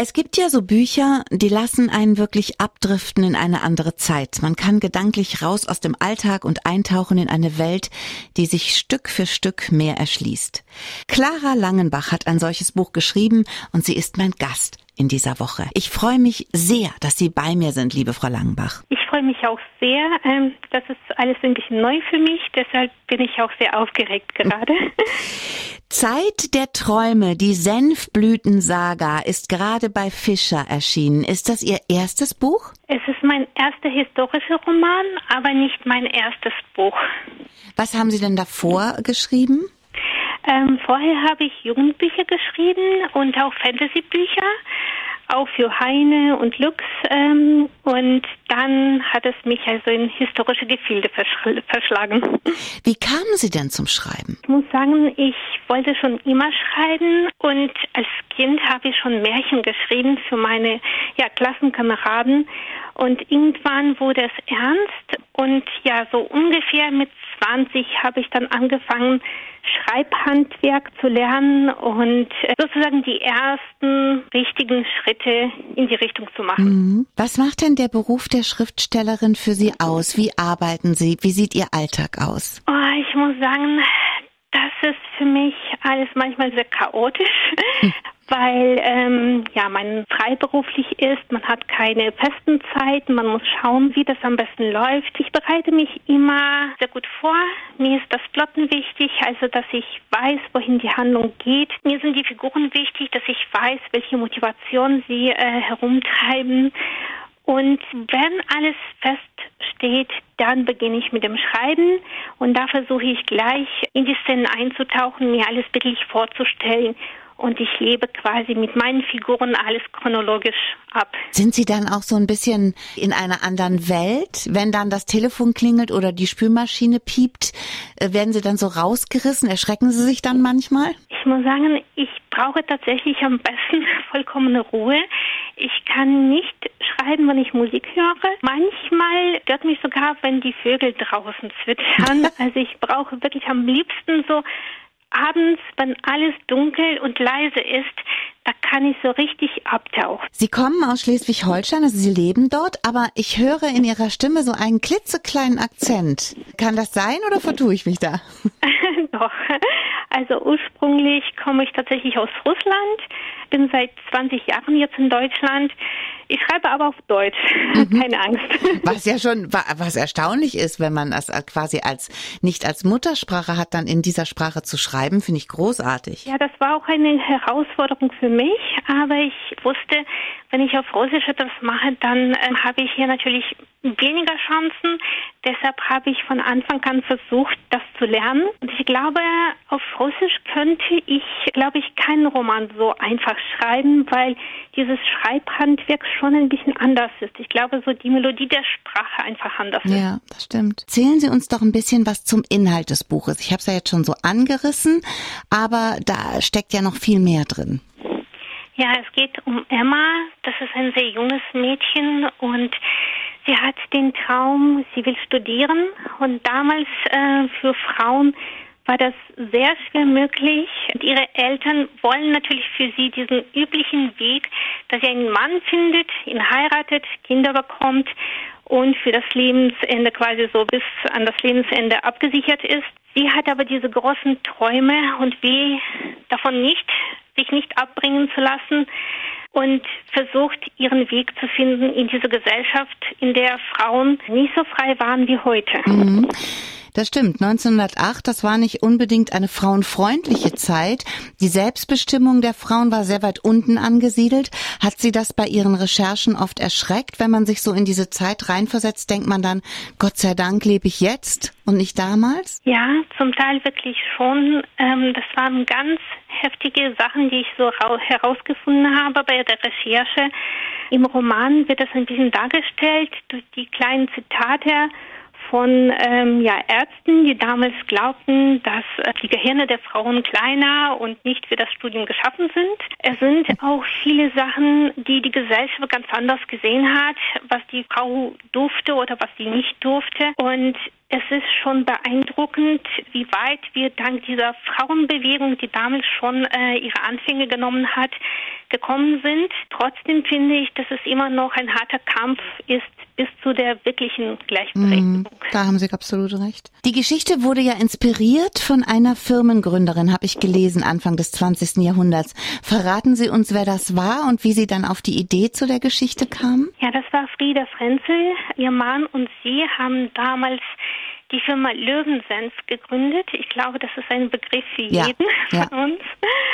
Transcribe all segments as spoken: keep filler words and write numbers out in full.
Es gibt ja so Bücher, die lassen einen wirklich abdriften in eine andere Zeit. Man kann gedanklich raus aus dem Alltag und eintauchen in eine Welt, die sich Stück für Stück mehr erschließt. Clara Langenbach hat ein solches Buch geschrieben und sie ist mein Gast in dieser Woche. Ich freue mich sehr, dass Sie bei mir sind, liebe Frau Langenbach. Ich freue mich auch sehr. Ähm, das ist alles ein bisschen neu für mich, deshalb bin ich auch sehr aufgeregt gerade. Zeit der Träume, die Senfblütensaga, ist gerade bei Fischer erschienen. Ist das Ihr erstes Buch? Es ist mein erster historischer Roman, aber nicht mein erstes Buch. Was haben Sie denn davor geschrieben? Ähm, vorher habe ich Jugendbücher geschrieben und auch Fantasybücher, auch für Heine und Lux. Ähm, und dann hat es mich also in historische Gefilde verschl- verschlagen. Wie kamen Sie denn zum Schreiben? Ich muss sagen, ich wollte schon immer schreiben und als Kind habe ich schon Märchen geschrieben für meine ja, Klassenkameraden. Und irgendwann wurde es ernst und ja, so ungefähr mit zwanzig habe ich dann angefangen, Schreibhandwerk zu lernen und sozusagen die ersten richtigen Schritte in die Richtung zu machen. Mhm. Was macht denn der Beruf der Schriftstellerin für Sie aus? Wie arbeiten Sie? Wie sieht Ihr Alltag aus? Oh, ich muss sagen, das ist für mich alles manchmal sehr chaotisch. Hm. Weil ähm, ja man freiberuflich ist, man hat keine festen Zeiten, man muss schauen, wie das am besten läuft. Ich bereite mich immer sehr gut vor. Mir ist das Plotten wichtig, also dass ich weiß, wohin die Handlung geht. Mir sind die Figuren wichtig, dass ich weiß, welche Motivation sie äh, herumtreiben. Und wenn alles feststeht, dann beginne ich mit dem Schreiben und da versuche ich gleich in die Szenen einzutauchen, mir alles bildlich vorzustellen. Und ich lebe quasi mit meinen Figuren alles chronologisch ab. Sind Sie dann auch so ein bisschen in einer anderen Welt? Wenn dann das Telefon klingelt oder die Spülmaschine piept, werden Sie dann so rausgerissen? Erschrecken Sie sich dann manchmal? Ich muss sagen, ich brauche tatsächlich am besten vollkommene Ruhe. Ich kann nicht schreiben, wenn ich Musik höre. Manchmal stört mich sogar, wenn die Vögel draußen zwitschern. Also ich brauche wirklich am liebsten so abends, wenn alles dunkel und leise ist, da kann ich so richtig abtauchen. Sie kommen aus Schleswig-Holstein, also Sie leben dort, aber ich höre in Ihrer Stimme so einen klitzekleinen Akzent. Kann das sein oder vertue ich mich da? Doch. Also ursprünglich komme ich tatsächlich aus Russland, bin seit zwanzig Jahren jetzt in Deutschland. Ich schreibe aber auf Deutsch, mhm. Keine Angst. Was ja schon, was erstaunlich ist, wenn man das quasi als, nicht als Muttersprache hat, dann in dieser Sprache zu schreiben, finde ich großartig. Ja, das war auch eine Herausforderung für mich, aber ich wusste, wenn ich auf Russisch etwas mache, dann äh, habe ich hier natürlich weniger Chancen. Deshalb habe ich von Anfang an versucht, das zu lernen. Und ich glaube, auf Russisch könnte ich, glaube ich, keinen Roman so einfach schreiben, weil dieses Schreibhandwerk schon ein bisschen anders ist. Ich glaube, so die Melodie der Sprache einfach anders ist. Ja, das stimmt. Erzählen Sie uns doch ein bisschen was zum Inhalt des Buches. Ich habe es ja jetzt schon so angerissen, aber da steckt ja noch viel mehr drin. Ja, es geht um Emma. Das ist ein sehr junges Mädchen und sie hat den Traum, sie will studieren. Und damals äh, für Frauen war das sehr schwer möglich. Und ihre Eltern wollen natürlich für sie diesen üblichen Weg, dass sie einen Mann findet, ihn heiratet, Kinder bekommt und für das Lebensende quasi so bis an das Lebensende abgesichert ist. Sie hat aber diese großen Träume und will davon nicht, sich nicht abbringen zu lassen und versucht, ihren Weg zu finden in diese Gesellschaft, in der Frauen nicht so frei waren wie heute. Mhm. Das stimmt. neunzehnhundertacht, das war nicht unbedingt eine frauenfreundliche Zeit. Die Selbstbestimmung der Frauen war sehr weit unten angesiedelt. Hat Sie das bei Ihren Recherchen oft erschreckt? Wenn man sich so in diese Zeit reinversetzt, denkt man dann, Gott sei Dank lebe ich jetzt und nicht damals? Ja, zum Teil wirklich schon. Ähm, das waren ganz heftige Sachen, die ich so ra- herausgefunden habe bei der Recherche. Im Roman wird das ein bisschen dargestellt durch die kleinen Zitate von ähm, ja, Ärzten, die damals glaubten, dass äh, die Gehirne der Frauen kleiner und nicht für das Studium geschaffen sind. Es sind auch viele Sachen, die die Gesellschaft ganz anders gesehen hat, was die Frau durfte oder was sie nicht durfte. Und es ist schon beeindruckend, wie weit wir dank dieser Frauenbewegung, die damals schon äh, ihre Anfänge genommen hat, gekommen sind. Trotzdem finde ich, dass es immer noch ein harter Kampf ist bis zu der wirklichen Gleichberechtigung. Da haben Sie absolut recht. Die Geschichte wurde ja inspiriert von einer Firmengründerin, habe ich gelesen, Anfang des zwanzigsten Jahrhunderts. Verraten Sie uns, wer das war und wie Sie dann auf die Idee zu der Geschichte kamen? Ja, das war Frieda Frenzel. Ihr Mann und sie haben damals die Firma Löwensenf gegründet. Ich glaube, das ist ein Begriff für ja, jeden ja. von uns.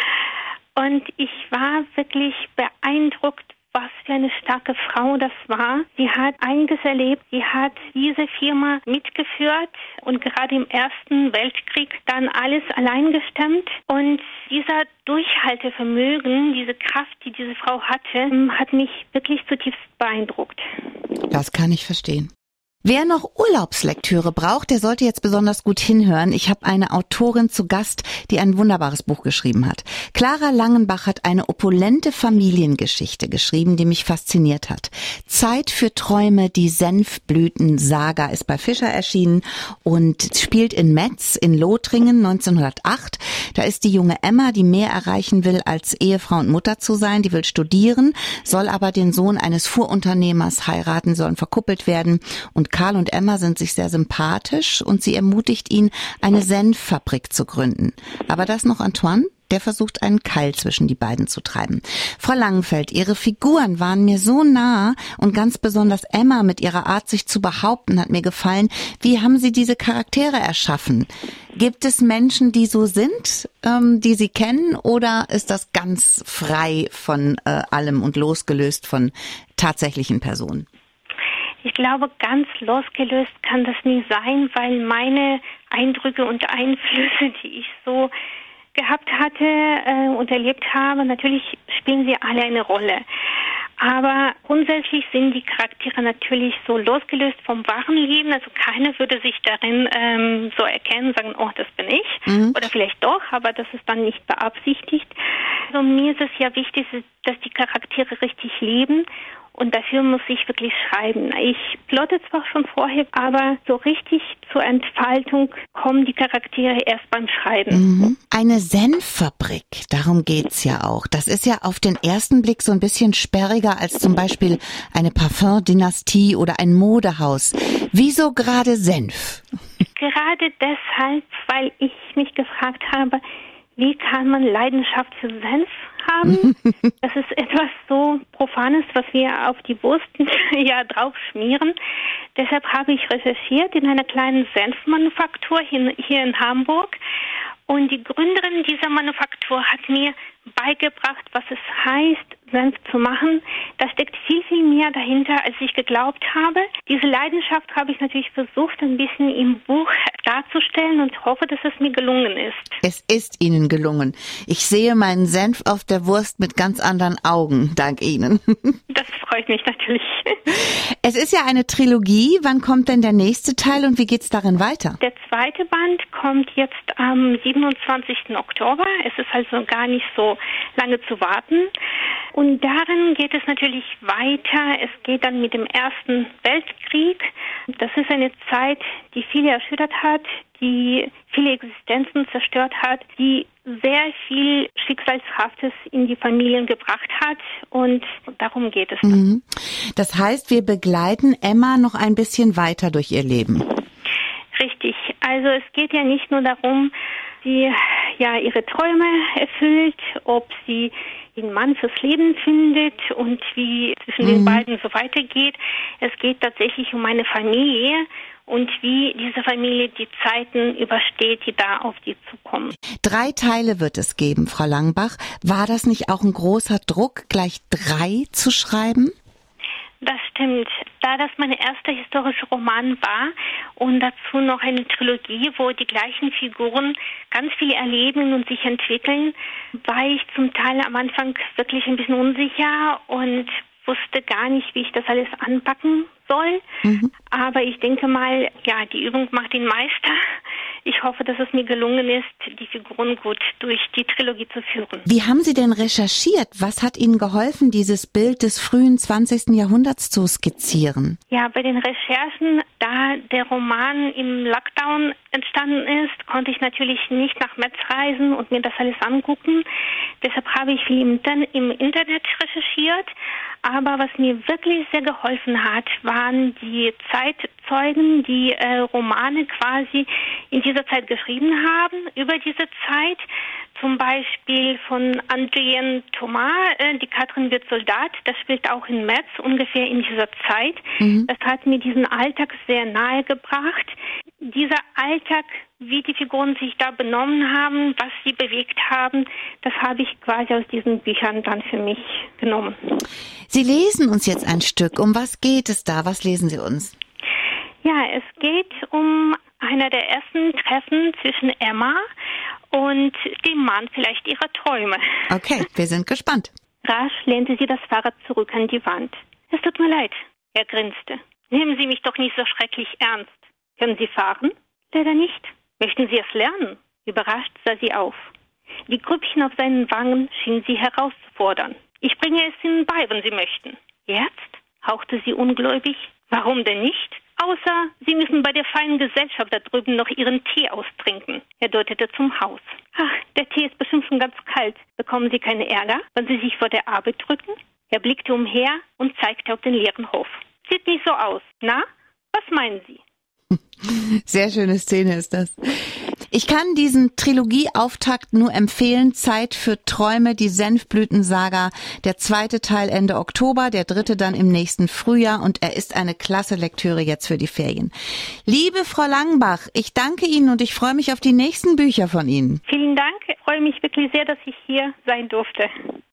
Und ich war wirklich beeindruckt, was für eine starke Frau das war. Sie hat einiges erlebt. Sie hat diese Firma mitgeführt und gerade im Ersten Weltkrieg dann alles allein gestemmt. Und dieser Durchhaltevermögen, diese Kraft, die diese Frau hatte, hat mich wirklich zutiefst beeindruckt. Das kann ich verstehen. Wer noch Urlaubslektüre braucht, der sollte jetzt besonders gut hinhören. Ich habe eine Autorin zu Gast, die ein wunderbares Buch geschrieben hat. Clara Langenbach hat eine opulente Familiengeschichte geschrieben, die mich fasziniert hat. Zeit für Träume, die Senfblüten-Saga ist bei Fischer erschienen und spielt in Metz in Lothringen neunzehnhundertacht. Da ist die junge Emma, die mehr erreichen will, als Ehefrau und Mutter zu sein. Die will studieren, soll aber den Sohn eines Fuhrunternehmers heiraten, sollen verkuppelt werden. Und Karl und Emma sind sich sehr sympathisch und sie ermutigt ihn, eine Senffabrik zu gründen. Aber das noch Antoine? Der versucht, einen Keil zwischen die beiden zu treiben. Frau Langenfeld, Ihre Figuren waren mir so nah und ganz besonders Emma mit ihrer Art, sich zu behaupten, hat mir gefallen. Wie haben Sie diese Charaktere erschaffen? Gibt es Menschen, die so sind, ähm, die Sie kennen, oder ist das ganz frei von äh, allem und losgelöst von tatsächlichen Personen? Ich glaube, ganz losgelöst kann das nie sein, weil meine Eindrücke und Einflüsse, die ich so gehabt hatte äh, und erlebt habe, natürlich spielen sie alle eine Rolle. Aber grundsätzlich sind die Charaktere natürlich so losgelöst vom wahren Leben. Also keiner würde sich darin ähm, so erkennen, sagen, oh, das bin ich. Mhm. Oder vielleicht doch, aber das ist dann nicht beabsichtigt. Also mir ist es ja wichtig, dass die Charaktere richtig leben. Und dafür muss ich wirklich schreiben. Ich plotte zwar schon vorher, aber so richtig zur Entfaltung kommen die Charaktere erst beim Schreiben. Mhm. Eine Senffabrik, darum geht's ja auch. Das ist ja auf den ersten Blick so ein bisschen sperriger als zum Beispiel eine Parfum-Dynastie oder ein Modehaus. Wieso gerade Senf? Gerade deshalb, weil ich mich gefragt habe, wie kann man Leidenschaft für Senf haben? Das ist etwas so Profanes, was wir auf die Wurst ja drauf schmieren. Deshalb habe ich recherchiert in einer kleinen Senfmanufaktur hier in Hamburg. Und die Gründerin dieser Manufaktur hat mir beigebracht, was es heißt, Senf zu machen. Da steckt viel, viel mehr dahinter, als ich geglaubt habe. Diese Leidenschaft habe ich natürlich versucht, ein bisschen im Buch darzustellen und hoffe, dass es mir gelungen ist. Es ist Ihnen gelungen. Ich sehe meinen Senf auf der Wurst mit ganz anderen Augen, dank Ihnen. Das freut mich natürlich. Es ist ja eine Trilogie. Wann kommt denn der nächste Teil und wie geht's darin weiter? Der zweite Band kommt jetzt am siebenundzwanzigsten Oktober. Es ist also gar nicht so lange zu warten. Und darin geht es natürlich weiter. Es geht dann mit dem Ersten Weltkrieg. Das ist eine Zeit, die viele erschüttert hat, die viele Existenzen zerstört hat, die sehr viel Schicksalshaftes in die Familien gebracht hat. Und darum geht es. Mhm. Das heißt, wir begleiten Emma noch ein bisschen weiter durch ihr Leben. Richtig. Also es geht ja nicht nur darum, sie ja ihre Träume erfüllt, ob sie den Mann fürs Leben findet und wie zwischen mhm. den beiden so weitergeht. Es geht tatsächlich um eine Familie und wie diese Familie die Zeiten übersteht, die da auf die zukommen. Drei Teile wird es geben, Frau Langenbach. War das nicht auch ein großer Druck, gleich drei zu schreiben? Das stimmt. Da das mein erster historischer Roman war und dazu noch eine Trilogie, wo die gleichen Figuren ganz viel erleben und sich entwickeln, war ich zum Teil am Anfang wirklich ein bisschen unsicher und wusste gar nicht, wie ich das alles anpacken soll. Mhm. Aber ich denke mal, ja, die Übung macht den Meister. ich hoffe, dass es mir gelungen ist, die Figuren gut durch die Trilogie zu führen. Wie haben Sie denn recherchiert? Was hat Ihnen geholfen, dieses Bild des frühen zwanzigsten Jahrhunderts zu skizzieren? Ja, bei den Recherchen, da der Roman im Lockdown entstanden ist, konnte ich natürlich nicht nach Metz reisen und mir das alles angucken. Deshalb habe ich viel im, im Internet recherchiert. Aber was mir wirklich sehr geholfen hat, waren die Zeitzeugen, die äh, Romane quasi in dieser Zeit geschrieben haben, über diese Zeit. Zum Beispiel von Adrien Thomas, äh, die Katrin wird Soldat, das spielt auch in Metz ungefähr in dieser Zeit. Mhm. Das hat mir diesen Alltag sehr nahe gebracht. Dieser Alltag, wie die Figuren sich da benommen haben, was sie bewegt haben, das habe ich quasi aus diesen Büchern dann für mich genommen. Sie lesen uns jetzt ein Stück. Um was geht es da? Was lesen Sie uns? Ja, es geht um einer der ersten Treffen zwischen Emma und dem Mann vielleicht ihrer Träume. Okay, wir sind gespannt. Rasch lehnte sie das Fahrrad zurück an die Wand. Es tut mir leid, er grinste. Nehmen Sie mich doch nicht so schrecklich ernst. Können Sie fahren? Leider nicht. Möchten Sie es lernen? Überrascht sah sie auf. Die Grübchen auf seinen Wangen schienen sie herauszufordern. Ich bringe es Ihnen bei, wenn Sie möchten. Jetzt? Hauchte sie ungläubig. Warum denn nicht? Außer, Sie müssen bei der feinen Gesellschaft da drüben noch Ihren Tee austrinken. Er deutete zum Haus. Ach, der Tee ist bestimmt schon ganz kalt. Bekommen Sie keinen Ärger, wenn Sie sich vor der Arbeit drücken? Er blickte umher und zeigte auf den leeren Hof. Sieht nicht so aus. Na, was meinen Sie? Sehr schöne Szene ist das. Ich kann diesen Trilogieauftakt nur empfehlen. Zeit für Träume, die Senfblütensaga. Der zweite Teil Ende Oktober, der dritte dann im nächsten Frühjahr. Und er ist eine klasse Lektüre jetzt für die Ferien. Liebe Frau Langenbach, ich danke Ihnen und ich freue mich auf die nächsten Bücher von Ihnen. Vielen Dank. Ich freue mich wirklich sehr, dass ich hier sein durfte.